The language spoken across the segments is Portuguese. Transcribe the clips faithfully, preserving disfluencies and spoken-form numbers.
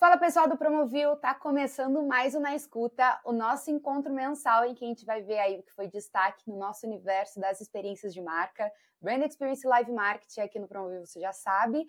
Fala pessoal do Promovil, tá começando mais o Na Escuta, o nosso encontro mensal em que a gente vai ver aí o que foi destaque no nosso universo das experiências de marca, Brand Experience Live Marketing aqui no Promovil, você já sabe.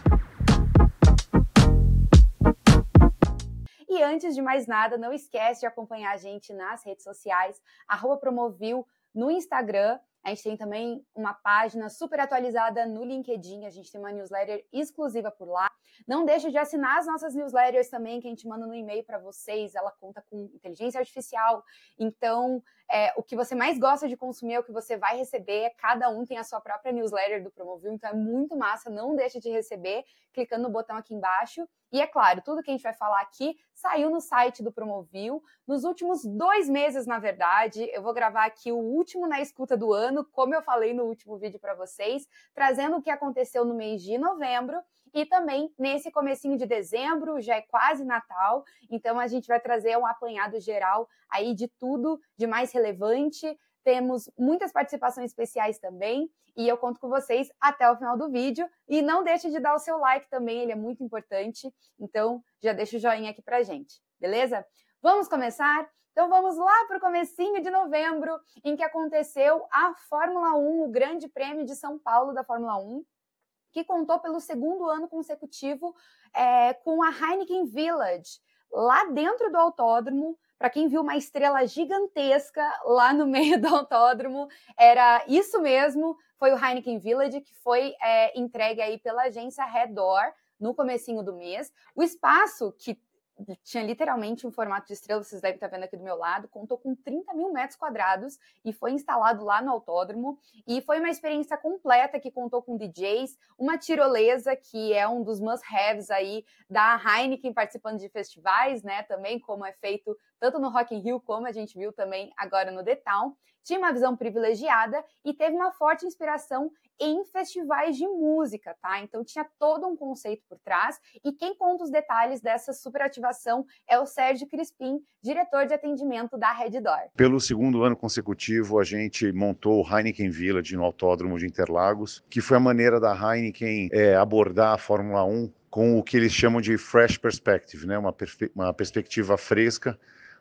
E antes de mais nada, não esquece de acompanhar a gente nas redes sociais, arroba Promovil no Instagram. A gente tem também uma página super atualizada no LinkedIn, a gente tem uma newsletter exclusiva por lá. Não deixe de assinar as nossas newsletters também, que a gente manda no e-mail para vocês, ela conta com inteligência artificial, então é, o que você mais gosta de consumir é o que você vai receber, cada um tem a sua própria newsletter do Promovil, então é muito massa, não deixe de receber, clicando no botão aqui embaixo. E é claro, tudo que a gente vai falar aqui saiu no site do Promovil. Nos últimos dois meses, na verdade, eu vou gravar aqui o último Na Escuta do ano, como eu falei no último vídeo para vocês, trazendo o que aconteceu no mês de novembro e também nesse comecinho de dezembro, já é quase Natal, então a gente vai trazer um apanhado geral aí de tudo de mais relevante. Temos muitas participações especiais também e eu conto com vocês até o final do vídeo. E não deixe de dar o seu like também, ele é muito importante. Então, já deixa o joinha aqui pra gente, beleza? Vamos começar? Então vamos lá para o comecinho de novembro, em que aconteceu a Fórmula um, o Grande Prêmio de São Paulo da Fórmula um, que contou pelo segundo ano consecutivo é, com a Heineken Village, lá dentro do autódromo. Para quem viu uma estrela gigantesca lá no meio do autódromo, era isso mesmo, foi o Heineken Village, que foi é, entregue aí pela agência Redor no comecinho do mês. O espaço, que tinha literalmente um formato de estrela, vocês devem estar vendo aqui do meu lado, contou com trinta mil metros quadrados e foi instalado lá no autódromo. E foi uma experiência completa que contou com D Js, uma tirolesa, que é um dos must-haves aí da Heineken participando de festivais, né, também como é feito tanto no Rock in Rio, como a gente viu também agora no The Town. Tinha uma visão privilegiada e teve uma forte inspiração em festivais de música, tá? Então tinha todo um conceito por trás e quem conta os detalhes dessa superativação é o Sérgio Crispim, diretor de atendimento da Redditor. Pelo segundo ano consecutivo, a gente montou o Heineken Village no Autódromo de Interlagos, que foi a maneira da Heineken é, abordar a Fórmula um com o que eles chamam de fresh perspective, né? uma, perspe- uma perspectiva fresca,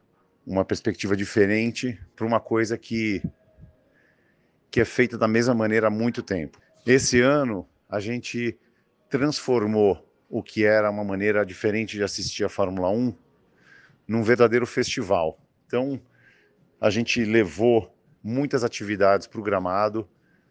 uma perspectiva diferente para uma coisa que que é feita da mesma maneira há muito tempo. Esse ano, a gente transformou o que era uma maneira diferente de assistir a Fórmula um num verdadeiro festival. Então, a gente levou muitas atividades para o gramado,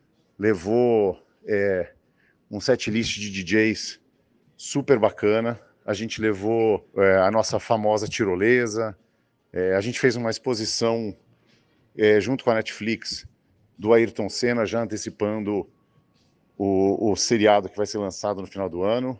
levou é, um setlist de D Js super bacana, a gente levou é, a nossa famosa tirolesa, é, a gente fez uma exposição é, junto com a Netflix, do Ayrton Senna, já antecipando o, o seriado que vai ser lançado no final do ano,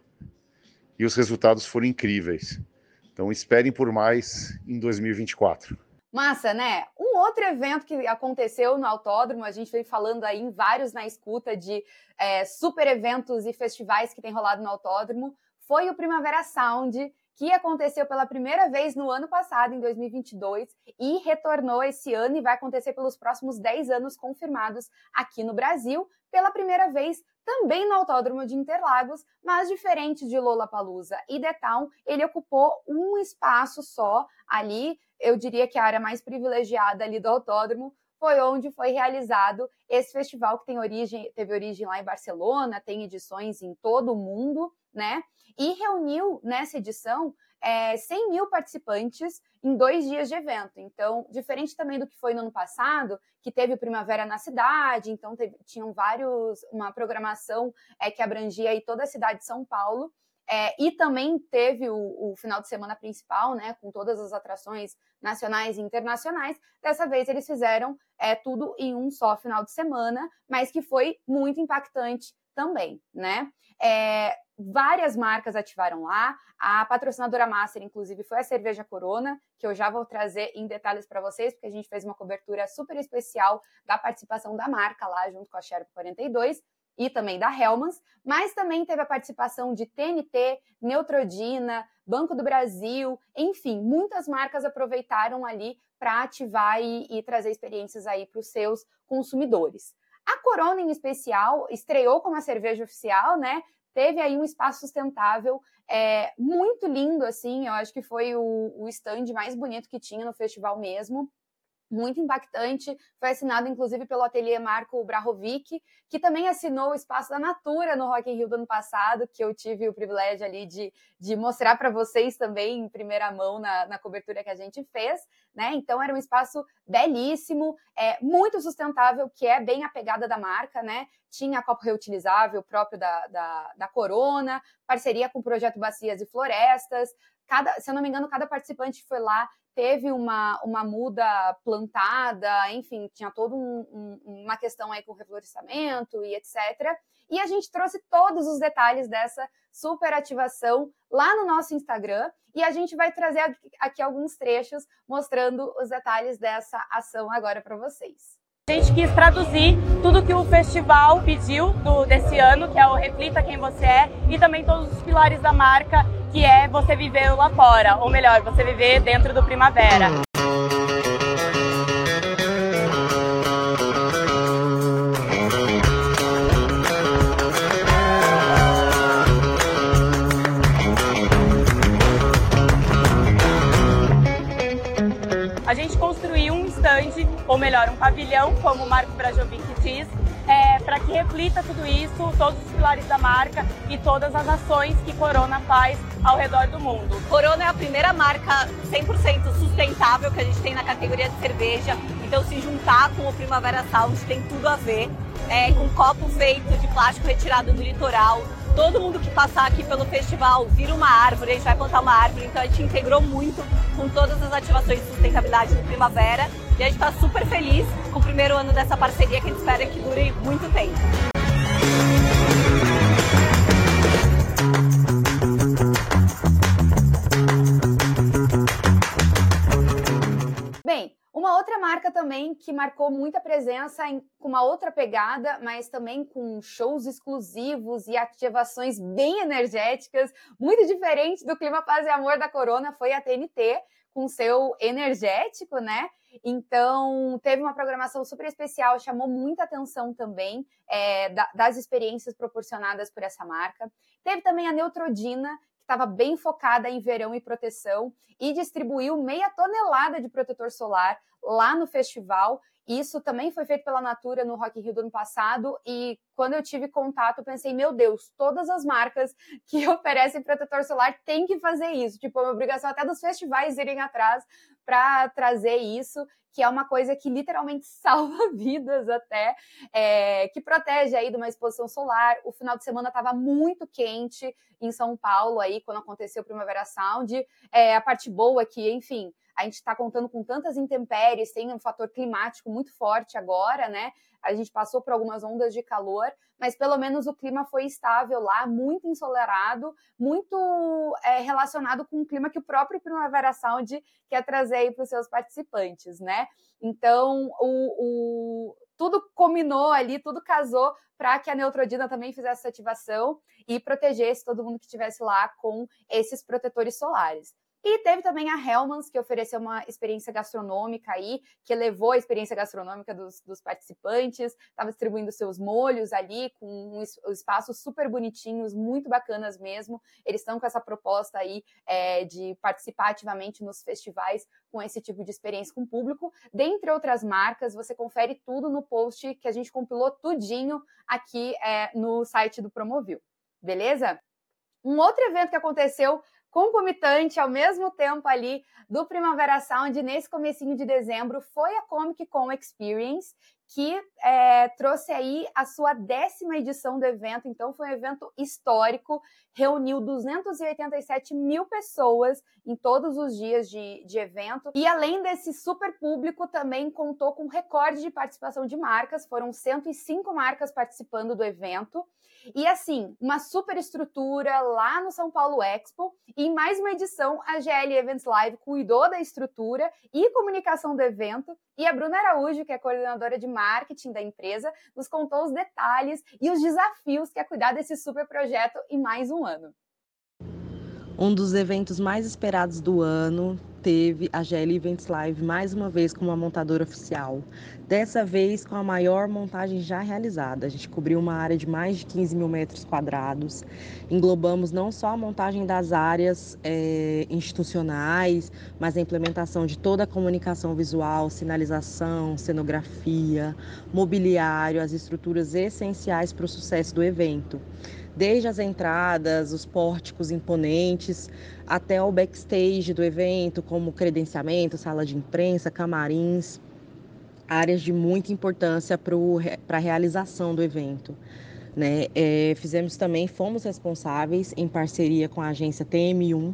e os resultados foram incríveis. Então esperem por mais em dois mil e vinte e quatro. Massa, né? Um outro evento que aconteceu no autódromo, a gente vem falando aí em vários Na Escuta de é, super eventos e festivais que tem rolado no autódromo, foi o Primavera Sound, que aconteceu pela primeira vez no ano passado, em dois mil e vinte e dois, e retornou esse ano e vai acontecer pelos próximos dez anos confirmados aqui no Brasil, pela primeira vez também no Autódromo de Interlagos, mas diferente de Lollapalooza e The Town, ele ocupou um espaço só ali, eu diria que a área mais privilegiada ali do autódromo, foi onde foi realizado esse festival que tem origem, teve origem lá em Barcelona, tem edições em todo o mundo, né? E reuniu nessa edição é, cem mil participantes em dois dias de evento. Então, diferente também do que foi no ano passado, que teve o Primavera na cidade, então teve, tinham vários, uma programação é, que abrangia aí toda a cidade de São Paulo. É, e também teve o, o final de semana principal, né, com todas as atrações nacionais e internacionais. Dessa vez eles fizeram é, tudo em um só final de semana, mas que foi muito impactante também, né? É, várias marcas ativaram lá, a patrocinadora master, inclusive, foi a Cerveja Corona, que eu já vou trazer em detalhes para vocês, porque a gente fez uma cobertura super especial da participação da marca lá, junto com a Sherpa quarenta e dois, e também da Hellmann's, mas também teve a participação de T N T, Neutrodina, Banco do Brasil, enfim, muitas marcas aproveitaram ali para ativar e, e trazer experiências aí para os seus consumidores. A Corona, em especial, estreou como a cerveja oficial, né? Teve aí um espaço sustentável É, muito lindo, assim, eu acho que foi o, o stand mais bonito que tinha no festival mesmo. Muito impactante, foi assinado inclusive pelo ateliê Marco Brahovic, que também assinou o Espaço da Natura no Rock in Rio do ano passado, que eu tive o privilégio ali de, de mostrar para vocês também em primeira mão na, na cobertura que a gente fez, né? Então era um espaço belíssimo, é, muito sustentável, que é bem a pegada da marca, né? Tinha copo reutilizável próprio da, da, da Corona, parceria com o Projeto Bacias e Florestas. Cada, se eu não me engano, cada participante foi lá, teve uma, uma muda plantada, enfim, tinha toda um, um, uma questão aí com reflorestamento e etcétera. E a gente trouxe todos os detalhes dessa super ativação lá no nosso Instagram e a gente vai trazer aqui, aqui alguns trechos mostrando os detalhes dessa ação agora para vocês. A gente quis traduzir tudo que o festival pediu do, desse ano, que é o Reflita Quem Você É, e também todos os pilares da marca, que é você viver lá fora, ou melhor, você viver dentro do Primavera. A gente construiu um stand, ou melhor, um pavilhão, como o Marco Brajovic diz, é, para que reflita tudo isso, todos os pilares da marca e todas as ações que Corona faz ao redor do mundo. Corona é a primeira marca cem por cento sustentável que a gente tem na categoria de cerveja, então se juntar com o Primavera Sound tem tudo a ver, é, com um copo feito de plástico retirado do litoral. Todo mundo que passar aqui pelo festival vira uma árvore, a gente vai plantar uma árvore, então a gente integrou muito com todas as ativações de sustentabilidade do Primavera e a gente está super feliz com o primeiro ano dessa parceria que a gente espera que dure muito tempo. Bem, uma outra marca também que marcou muita presença em, com uma outra pegada, mas também com shows exclusivos e ativações bem energéticas, muito diferente do Clima, Paz e Amor da Corona, foi a T N T, com seu energético, né? Então, teve uma programação super especial, chamou muita atenção também é, da, das experiências proporcionadas por essa marca. Teve também a Neutrodina, estava bem focada em verão e proteção e distribuiu meia tonelada de protetor solar lá no festival. Isso também foi feito pela Natura no Rock in Rio do ano passado e quando eu tive contato eu pensei, meu Deus, todas as marcas que oferecem protetor solar têm que fazer isso. Tipo, é uma obrigação até dos festivais irem atrás para trazer isso, que é uma coisa que literalmente salva vidas até, é, que protege aí de uma exposição solar. O final de semana estava muito quente em São Paulo, aí, quando aconteceu o Primavera Sound. É, a parte boa é que, enfim, a gente está contando com tantas intempéries, tem um fator climático muito forte agora, né? A gente passou por algumas ondas de calor, mas pelo menos o clima foi estável lá, muito ensolarado, muito é, relacionado com o clima que o próprio Primavera Sound quer trazer aí para os seus participantes, né? Então, o, o, tudo combinou ali, tudo casou para que a Neutrodina também fizesse essa ativação e protegesse todo mundo que estivesse lá com esses protetores solares. E teve também a Hellmann's, que ofereceu uma experiência gastronômica aí, que elevou a experiência gastronômica dos, dos participantes, estava distribuindo seus molhos ali, com um, um espaços super bonitinhos, muito bacanas mesmo. Eles estão com essa proposta aí é, de participar ativamente nos festivais com esse tipo de experiência com o público. Dentre outras marcas, você confere tudo no post que a gente compilou tudinho aqui é, no site do Promovil, beleza? Um outro evento que aconteceu concomitante ao mesmo tempo ali do Primavera Sound nesse comecinho de dezembro foi a Comic Con Experience, que é, trouxe aí a sua décima edição do evento. Então foi um evento histórico, reuniu duzentas e oitenta e sete mil pessoas em todos os dias de, de evento, e além desse super público também contou com recorde de participação de marcas, foram cento e cinco marcas participando do evento. E assim, uma super estrutura lá no São Paulo Expo. E em mais uma edição, a G L Events Live cuidou da estrutura e comunicação do evento. E a Bruna Araújo, que é coordenadora de marketing da empresa, nos contou os detalhes e os desafios que é cuidar desse super projeto em mais um ano. Um dos eventos mais esperados do ano, teve a G L Events Live mais uma vez como uma montadora oficial. Dessa vez com a maior montagem já realizada. A gente cobriu uma área de mais de quinze mil metros quadrados. Englobamos não só a montagem das áreas é, institucionais, mas a implementação de toda a comunicação visual, sinalização, cenografia, mobiliário, as estruturas essenciais para o sucesso do evento. Desde as entradas, os pórticos imponentes, até o backstage do evento, como credenciamento, sala de imprensa, camarins, áreas de muita importância para a realização do evento. Né? É, fizemos também, fomos responsáveis, em parceria com a agência T M um,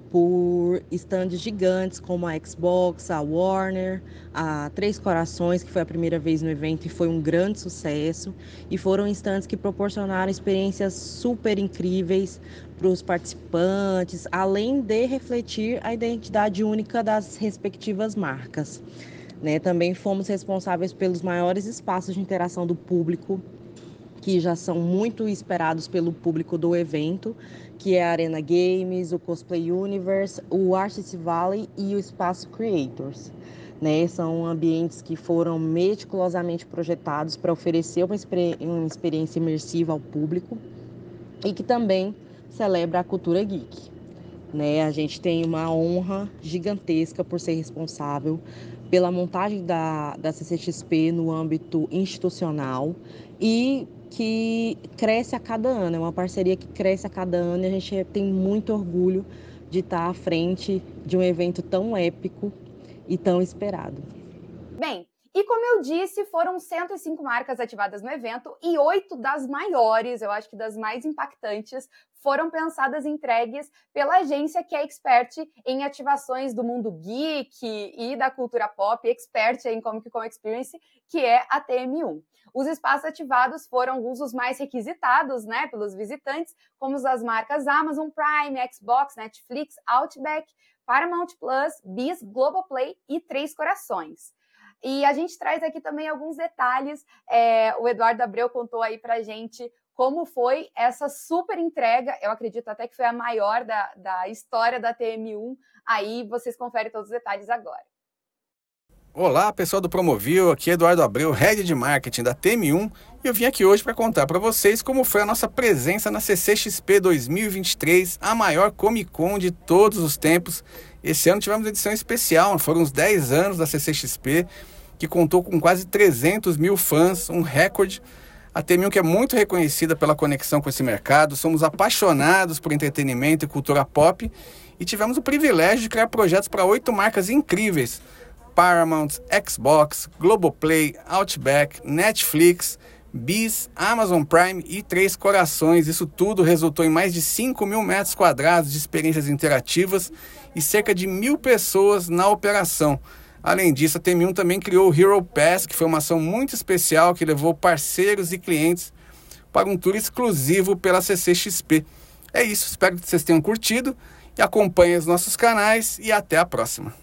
por estandes gigantes como a Xbox, a Warner, a Três Corações, que foi a primeira vez no evento e foi um grande sucesso. E foram estandes que proporcionaram experiências super incríveis para os participantes, além de refletir a identidade única das respectivas marcas. Né? Também fomos responsáveis pelos maiores espaços de interação do público, que já são muito esperados pelo público do evento, que é a Arena Games, o Cosplay Universe, o Artist Valley e o Espaço Creators. Né? São ambientes que foram meticulosamente projetados para oferecer uma, experi- uma experiência imersiva ao público e que também celebra a cultura geek. Né? A gente tem uma honra gigantesca por ser responsável pela montagem da, da C C X P no âmbito institucional e que cresce a cada ano, é uma parceria que cresce a cada ano e a gente tem muito orgulho de estar à frente de um evento tão épico e tão esperado. Bem, e como eu disse, foram cento e cinco marcas ativadas no evento e oito das maiores, eu acho que das mais impactantes, foram pensadas e entregues pela agência que é expert em ativações do mundo geek e da cultura pop, expert em Comic Con Experience, que é a T M um. Os espaços ativados foram alguns dos mais requisitados, né, pelos visitantes, como os das marcas Amazon Prime, Xbox, Netflix, Outback, Paramount Plus, Bis, Globoplay e Três Corações. E a gente traz aqui também alguns detalhes, é, o Eduardo Abreu contou aí pra gente como foi essa super entrega, eu acredito até que foi a maior da, da história da T M um, aí vocês conferem todos os detalhes agora. Olá, pessoal do Promovil, aqui é Eduardo Abreu, Head de Marketing da T M um, e eu vim aqui hoje para contar para vocês como foi a nossa presença na C C X P dois mil e vinte e três, a maior Comic Con de todos os tempos. Esse ano tivemos edição especial, foram os dez anos da C C X P, que contou com quase trezentos mil fãs, um recorde. A T M um que é muito reconhecida pela conexão com esse mercado, somos apaixonados por entretenimento e cultura pop, e tivemos o privilégio de criar projetos para oito marcas incríveis, Paramount, Xbox, Globoplay, Outback, Netflix, Bis, Amazon Prime e Três Corações. Isso tudo resultou em mais de cinco mil metros quadrados de experiências interativas e cerca de mil pessoas na operação. Além disso, a T M um também criou o Hero Pass, que foi uma ação muito especial que levou parceiros e clientes para um tour exclusivo pela C C X P. É isso, espero que vocês tenham curtido e acompanhem os nossos canais e até a próxima.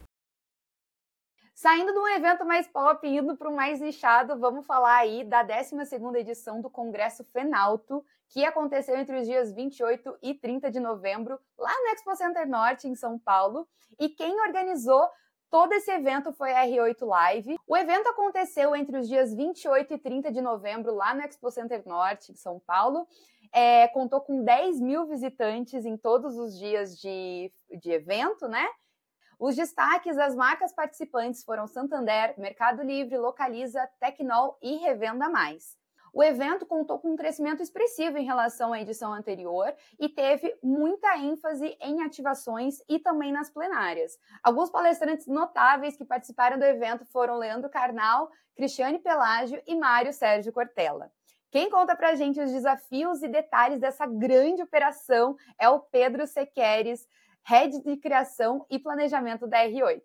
Saindo de um evento mais pop e indo para o mais nichado, vamos falar aí da décima segunda edição do Congresso Fenalto, que aconteceu entre os dias vinte e oito e trinta de novembro, lá no Expo Center Norte, em São Paulo. E quem organizou todo esse evento foi a R oito Live. O evento aconteceu entre os dias vinte e oito e trinta de novembro, lá no Expo Center Norte, em São Paulo. É, contou com dez mil visitantes em todos os dias de, de evento, né? Os destaques das marcas participantes foram Santander, Mercado Livre, Localiza, Tecnol e Revenda Mais. O evento contou com um crescimento expressivo em relação à edição anterior e teve muita ênfase em ativações e também nas plenárias. Alguns palestrantes notáveis que participaram do evento foram Leandro Carnal, Cristiane Pelágio e Mário Sérgio Cortella. Quem conta pra gente os desafios e detalhes dessa grande operação é o Pedro Sequeires, Head de Criação e Planejamento da R oito.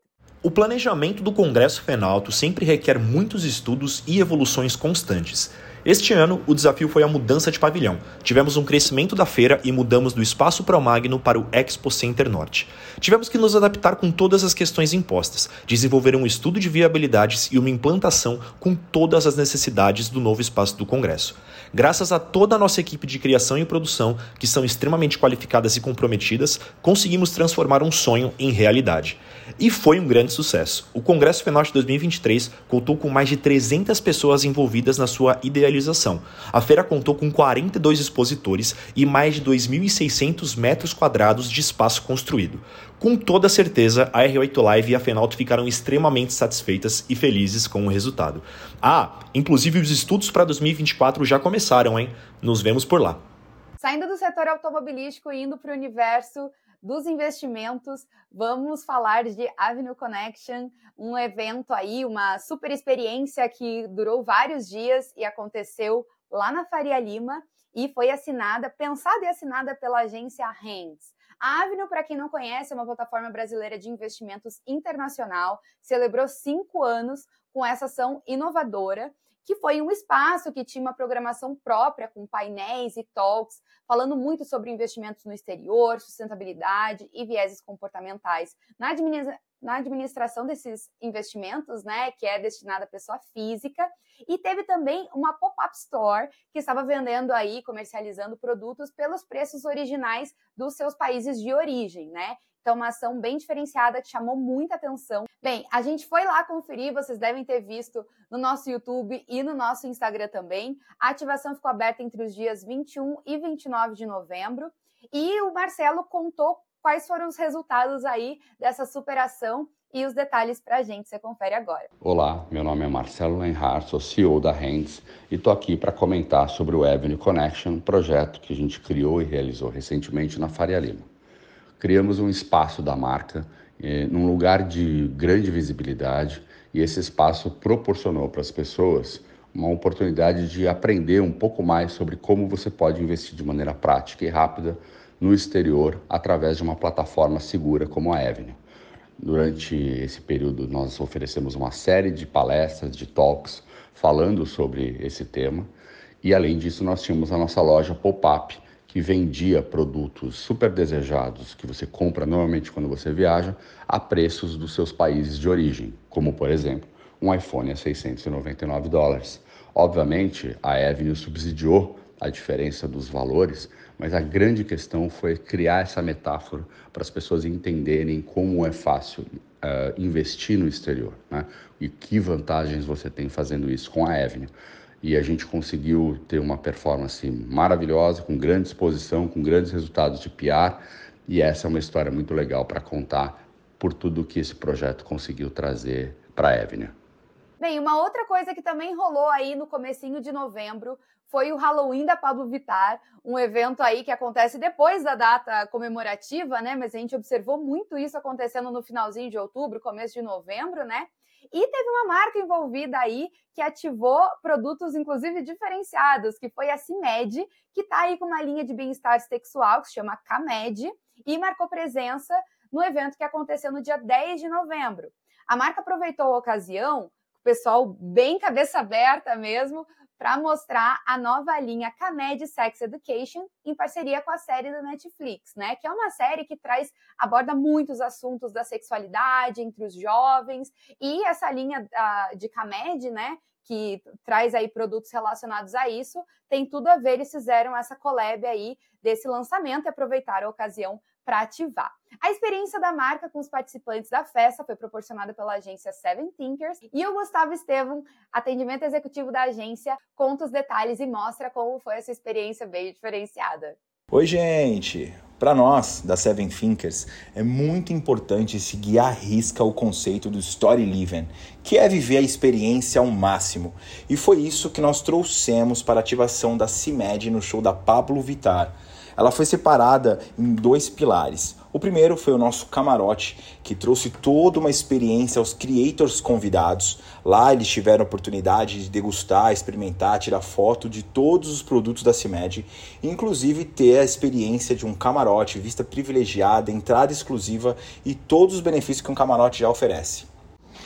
O planejamento do Congresso Fenalto sempre requer muitos estudos e evoluções constantes. Este ano, o desafio foi a mudança de pavilhão. Tivemos um crescimento da feira e mudamos do Espaço Promagno para o Expo Center Norte. Tivemos que nos adaptar com todas as questões impostas, desenvolver um estudo de viabilidades e uma implantação com todas as necessidades do novo espaço do Congresso. Graças a toda a nossa equipe de criação e produção, que são extremamente qualificadas e comprometidas, conseguimos transformar um sonho em realidade. E foi um grande sucesso. O Congresso Fenalto dois mil e vinte e três contou com mais de trezentas pessoas envolvidas na sua idealização. A feira contou com quarenta e dois expositores e mais de dois mil e seiscentos metros quadrados de espaço construído. Com toda certeza, a R oito Live e a Fenalto ficaram extremamente satisfeitas e felizes com o resultado. Ah, inclusive os estudos para dois mil e vinte e quatro já começaram, hein? Nos vemos por lá. Saindo do setor automobilístico e indo para o universo dos investimentos, vamos falar de Avenue Connection, um evento aí, uma super experiência que durou vários dias e aconteceu lá na Faria Lima e foi assinada, pensada e assinada pela agência Hands. A Avenue, para quem não conhece, é uma plataforma brasileira de investimentos internacional, celebrou cinco anos com essa ação inovadora, que foi um espaço que tinha uma programação própria, com painéis e talks, falando muito sobre investimentos no exterior, sustentabilidade e vieses comportamentais. Na, administra- na administração desses investimentos, né, que é destinada à pessoa física, e teve também uma pop-up store que estava vendendo aí, comercializando produtos pelos preços originais dos seus países de origem, né? Então, uma ação bem diferenciada que chamou muita atenção. Bem, a gente foi lá conferir, vocês devem ter visto no nosso YouTube e no nosso Instagram também. A ativação ficou aberta entre os dias vinte e um e vinte e nove de novembro. E o Marcelo contou quais foram os resultados aí dessa superação e os detalhes para a gente. Você confere agora. Olá, meu nome é Marcelo Lenhart, sou C E O da Hands e estou aqui para comentar sobre o Avenue Connection, projeto que a gente criou e realizou recentemente na Faria Lima. Criamos um espaço da marca eh, num lugar de grande visibilidade e esse espaço proporcionou para as pessoas uma oportunidade de aprender um pouco mais sobre como você pode investir de maneira prática e rápida no exterior através de uma plataforma segura como a Avenue. Durante esse período nós oferecemos uma série de palestras, de talks falando sobre esse tema e além disso nós tínhamos a nossa loja pop-up que vendia produtos super desejados que você compra normalmente quando você viaja a preços dos seus países de origem, como, por exemplo, um iPhone a seiscentos e noventa e nove dólares. Obviamente, a Avenue subsidiou a diferença dos valores, mas a grande questão foi criar essa metáfora para as pessoas entenderem como é fácil uh, investir no exterior, né? E que vantagens você tem fazendo isso com a Avenue. E a gente conseguiu ter uma performance maravilhosa, com grande exposição, com grandes resultados de P R, e essa é uma história muito legal para contar por tudo que esse projeto conseguiu trazer para a Avenue. Bem, uma outra coisa que também rolou aí no comecinho de novembro foi o Halloween da Pablo Vittar, um evento aí que acontece depois da data comemorativa, né? Mas a gente observou muito isso acontecendo no finalzinho de outubro, começo de novembro, né? E teve uma marca envolvida aí que ativou produtos, inclusive, diferenciados, que foi a CIMED, que está aí com uma linha de bem-estar sexual que se chama CAMED e marcou presença no evento que aconteceu no dia dez de novembro. A marca aproveitou a ocasião, o pessoal bem cabeça aberta mesmo, para mostrar a nova linha CAMED Sex Education em parceria com a série da Netflix, né? Que é uma série que traz, aborda muitos assuntos da sexualidade entre os jovens e essa linha uh, de CAMED, né? Que traz aí produtos relacionados a isso, tem tudo a ver, eles fizeram essa collab aí desse lançamento e aproveitaram a ocasião para ativar. A experiência da marca com os participantes da festa foi proporcionada pela agência Seven Thinkers e o Gustavo Estevam, atendimento executivo da agência, conta os detalhes e mostra como foi essa experiência bem diferenciada. Oi, gente! Para nós, da Seven Thinkers, é muito importante seguir à risca o conceito do Story Living, que é viver a experiência ao máximo. E foi isso que nós trouxemos para a ativação da CIMED no show da Pablo Vittar. Ela foi separada em dois pilares. O primeiro foi o nosso camarote, que trouxe toda uma experiência aos creators convidados. Lá eles tiveram a oportunidade de degustar, experimentar, tirar foto de todos os produtos da CIMED, inclusive ter a experiência de um camarote, vista privilegiada, entrada exclusiva e todos os benefícios que um camarote já oferece.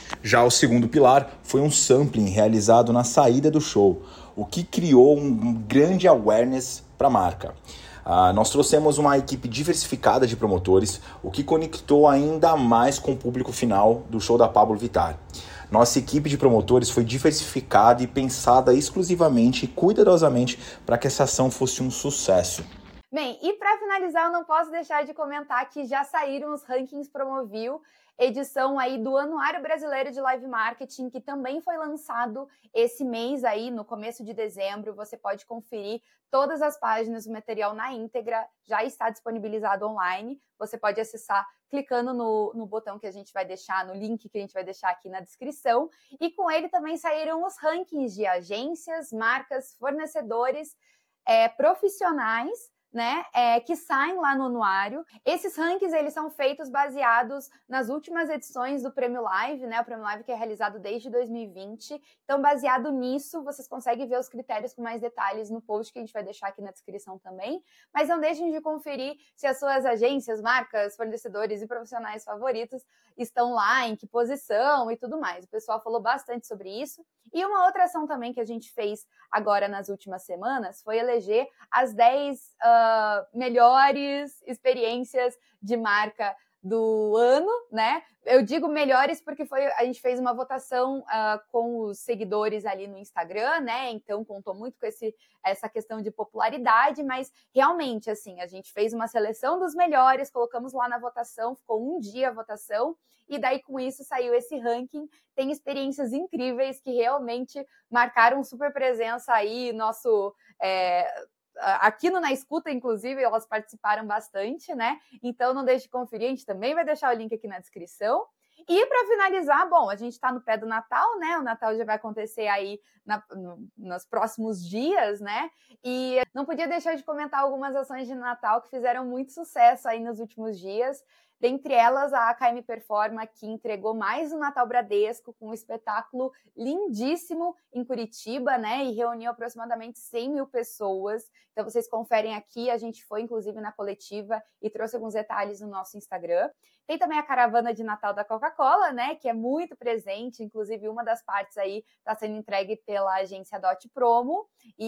Já o segundo pilar foi um sampling realizado na saída do show, o que criou um grande awareness para a marca. Ah, nós trouxemos uma equipe diversificada de promotores, o que conectou ainda mais com o público final do show da Pabllo Vittar. Nossa equipe de promotores foi diversificada e pensada exclusivamente e cuidadosamente para que essa ação fosse um sucesso. Bem, e para finalizar, eu não posso deixar de comentar que já saíram os rankings Promovil, edição aí do Anuário Brasileiro de Live Marketing, que também foi lançado esse mês aí, no começo de dezembro. Você pode conferir todas as páginas do material na íntegra, já está disponibilizado online. Você pode acessar clicando no, no botão que a gente vai deixar, no link que a gente vai deixar aqui na descrição. E com ele também saíram os rankings de agências, marcas, fornecedores, é, profissionais, né, é, que saem lá no anuário. Esses rankings, eles são feitos baseados nas últimas edições do Prêmio Live, né, o Prêmio Live que é realizado desde dois mil e vinte. Então, baseado nisso, vocês conseguem ver os critérios com mais detalhes no post que a gente vai deixar aqui na descrição também. Mas não deixem de conferir se as suas agências, marcas, fornecedores e profissionais favoritos estão lá, em que posição e tudo mais. O pessoal falou bastante sobre isso. E uma outra ação também que a gente fez agora nas últimas semanas foi eleger as dez uh, melhores experiências de marca do ano, né? Eu digo melhores porque foi, a gente fez uma votação uh, com os seguidores ali no Instagram, né? Então contou muito com esse, essa questão de popularidade, mas realmente, assim, a gente fez uma seleção dos melhores, colocamos lá na votação, ficou um dia a votação, e daí com isso saiu esse ranking. Tem experiências incríveis que realmente marcaram super presença aí, nosso... É, aqui no Na Escuta, inclusive, elas participaram bastante, né? Então não deixe de conferir, a gente também vai deixar o link aqui na descrição. E para finalizar, bom, a gente está no pé do Natal, né? O Natal já vai acontecer aí na, no, nos próximos dias, né? E não podia deixar de comentar algumas ações de Natal que fizeram muito sucesso aí nos últimos dias. Dentre elas, a A K M Performa, que entregou mais um Natal Bradesco com um espetáculo lindíssimo em Curitiba, né? E reuniu aproximadamente cem mil pessoas. Então, vocês conferem aqui, a gente foi, inclusive, na coletiva e trouxe alguns detalhes no nosso Instagram. Tem também a caravana de Natal da Coca-Cola, né? Que é muito presente, inclusive uma das partes aí está sendo entregue pela agência Dot Promo.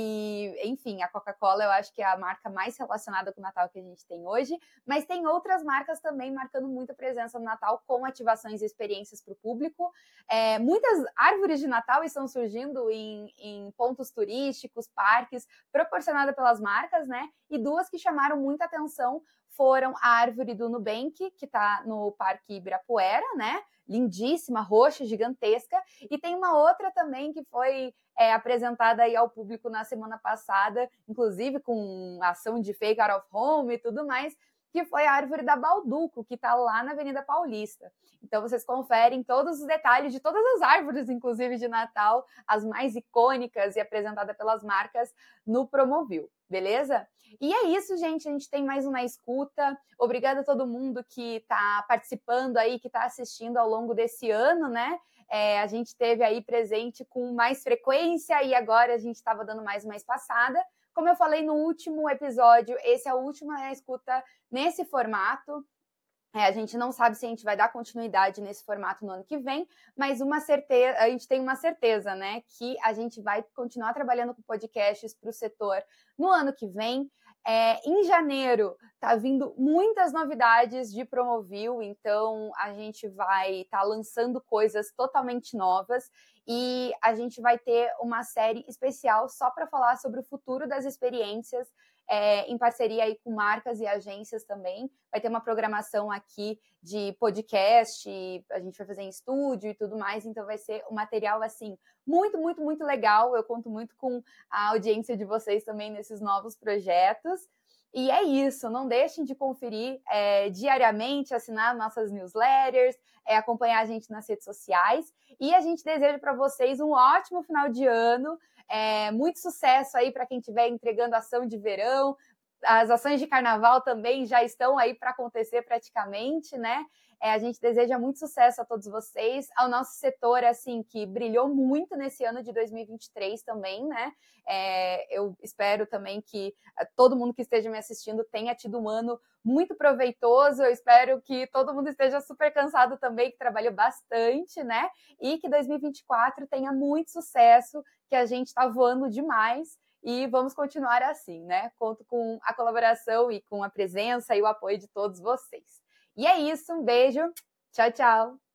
E, enfim, a Coca-Cola eu acho que é a marca mais relacionada com o Natal que a gente tem hoje. Mas tem outras marcas também marcando muita presença no Natal com ativações e experiências para o público. É, muitas árvores de Natal estão surgindo em, em pontos turísticos, parques, proporcionada pelas marcas, né? E duas que chamaram muita atenção foram a árvore do Nubank, que está no Parque Ibirapuera, né? Lindíssima, roxa, gigantesca. E tem uma outra também que foi é, apresentada aí ao público na semana passada, inclusive com ação de fake out of home e tudo mais, que foi a árvore da Balduco, que está lá na Avenida Paulista. Então, vocês conferem todos os detalhes de todas as árvores, inclusive de Natal, as mais icônicas e apresentadas pelas marcas no Promovil, beleza? E é isso, gente. A gente tem mais um Na Escuta. Obrigada a todo mundo que está participando aí, que está assistindo ao longo desse ano, né? É, a gente teve aí presente com mais frequência e agora a gente estava dando mais uma espaçada. Como eu falei no último episódio, esse é o último Na Escuta nesse formato. É, a gente não sabe se a gente vai dar continuidade nesse formato no ano que vem, mas uma certeza, a gente tem uma certeza, né, que a gente vai continuar trabalhando com podcasts para o setor no ano que vem. É, em janeiro tá vindo muitas novidades de Promovil, então a gente vai estar tá lançando coisas totalmente novas e a gente vai ter uma série especial só para falar sobre o futuro das experiências, é, em parceria aí com marcas e agências também. Vai ter uma programação aqui de podcast, a gente vai fazer em estúdio e tudo mais, então vai ser um material assim muito, muito, muito legal. Eu conto muito com a audiência de vocês também nesses novos projetos. E é isso, não deixem de conferir é, diariamente, assinar nossas newsletters, é, acompanhar a gente nas redes sociais. E a gente deseja para vocês um ótimo final de ano, é, muito sucesso aí para quem estiver entregando ação de verão, as ações de carnaval também já estão aí para acontecer praticamente, né? É, a gente deseja muito sucesso a todos vocês, ao nosso setor, assim, que brilhou muito nesse ano de dois mil e vinte e três também, né? É, eu espero também que todo mundo que esteja me assistindo tenha tido um ano muito proveitoso, eu espero que todo mundo esteja super cansado também, que trabalhou bastante, né? E que dois mil e vinte e quatro tenha muito sucesso, que a gente está voando demais e vamos continuar assim, né? Conto com a colaboração e com a presença e o apoio de todos vocês. E é isso, um beijo, tchau, tchau!